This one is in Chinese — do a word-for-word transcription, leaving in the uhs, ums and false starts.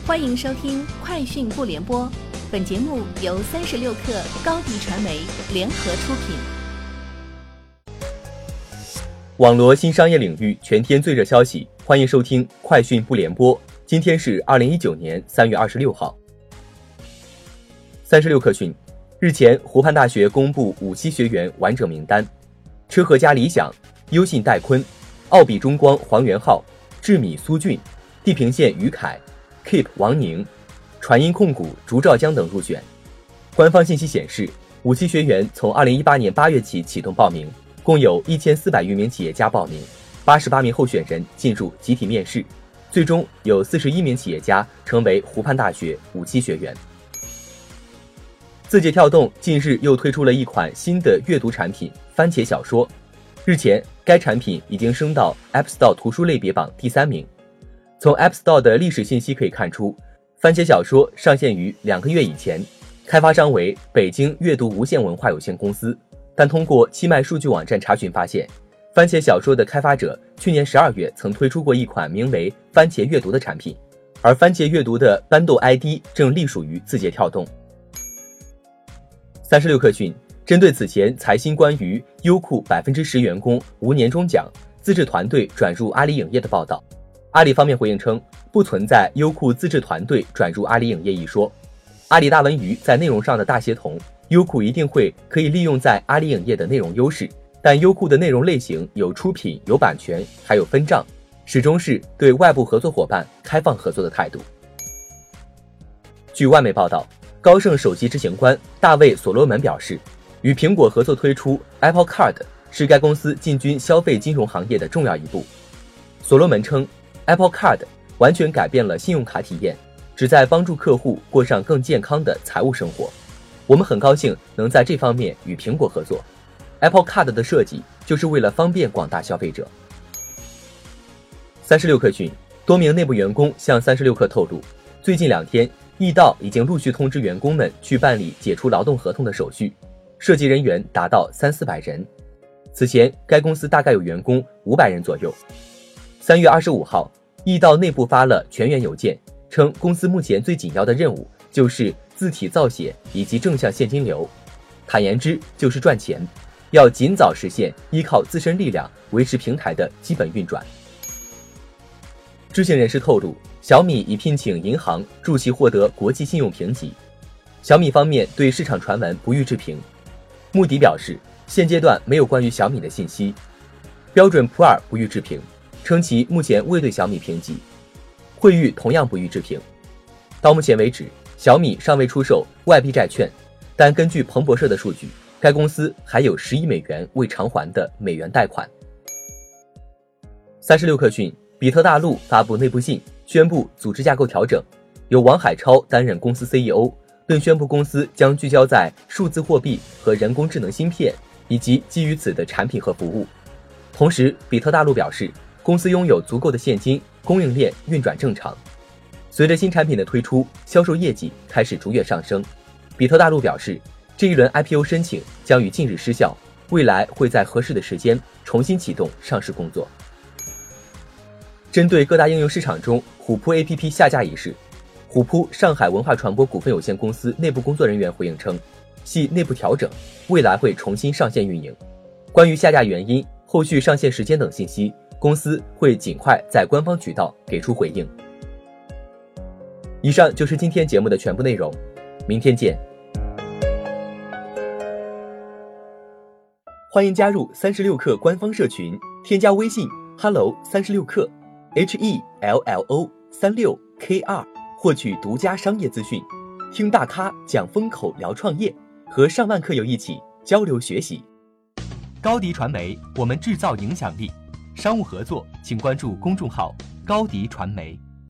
欢迎收听快讯不联播，本节目由三十六克高迪传媒联合出品。 网罗新商业领域全天最热消息，欢迎收听快讯不联播。今天是二零一九年三月二十六号。三十六克讯，日前湖畔大学公布五期学员完整名单，车和家理想、优信戴坤、奥比中光黄元浩、智米苏俊、地平线于凯、Keep 王宁、传音控股竹兆江等入选。官方信息显示，五期学员从二零一八年八月起启动报名，共有一千四百余名企业家报名，八十八名候选人进入集体面试，最终有四十一名企业家成为湖畔大学五期学员。字节跳动近日又推出了一款新的阅读产品番茄小说，日前该产品已经升到 App Store 图书类别榜第三名。从 App Store 的历史信息可以看出，番茄小说上线于两个月以前，开发商为北京阅读无限文化有限公司，但通过七脉数据网站查询发现，番茄小说的开发者去年十二月曾推出过一款名为番茄阅读的产品，而番茄阅读的班豆 I D 正隶属于字节跳动。三十六克讯，针对此前财新关于优酷百分之十员工无年终奖、自制团队转入阿里影业的报道，阿里方面回应称，不存在优酷自制团队转入阿里影业一说。阿里大文娱在内容上的大协同，优酷一定会可以利用在阿里影业的内容优势，但优酷的内容类型有出品、有版权，还有分账，始终是对外部合作伙伴开放合作的态度。据外媒报道，高盛首席执行官大卫·所罗门表示，与苹果合作推出 Apple Card 是该公司进军消费金融行业的重要一步。所罗门称， Apple Card 完全改变了信用卡体验，旨在帮助客户过上更健康的财务生活。我们很高兴能在这方面与苹果合作。Apple Card 的设计就是为了方便广大消费者。三十六克讯，多名内部员工向三十六克透露，最近两天易到已经陆续通知员工们去办理解除劳动合同的手续，涉及人员达到三四百人。此前该公司大概有员工五百人左右。三月二十五号，易到内部发了全员邮件，称公司目前最紧要的任务就是字体造写以及正向现金流，坦言之就是赚钱，要尽早实现依靠自身力量维持平台的基本运转。知情人士透露，小米已聘请银行助其获得国际信用评级。小米方面对市场传闻不予置评。穆迪表示，现阶段没有关于小米的信息。标准普尔不予置评，称其目前未对小米评级。惠誉同样不予置评。到目前为止，小米尚未出售外币债券，但根据彭博社的数据，该公司还有十亿美元未偿还的美元贷款。三十六克讯，比特大陆发布内部信，宣布组织架构调整，由王海超担任公司 C E O， 并宣布公司将聚焦在数字货币和人工智能芯片以及基于此的产品和服务。同时，比特大陆表示，公司拥有足够的现金，供应链运转正常。随着新产品的推出，销售业绩开始逐月上升。比特大陆表示，这一轮 I P O 申请将于近日失效，未来会在合适的时间重新启动上市工作。针对各大应用市场中虎扑 A P P 下架一事，虎扑上海文化传播股份有限公司内部工作人员回应称，系内部调整，未来会重新上线运营。关于下架原因、后续上线时间等信息，公司会尽快在官方渠道给出回应。以上就是今天节目的全部内容，明天见。欢迎加入三十六克官方社群，添加微信 hello 三十六克 H E L L O 三六 K 二，获取独家商业资讯，听大咖讲风口聊创业，和上万客友一起交流学习。高迪传媒，我们制造影响力。商务合作请关注公众号高迪传媒。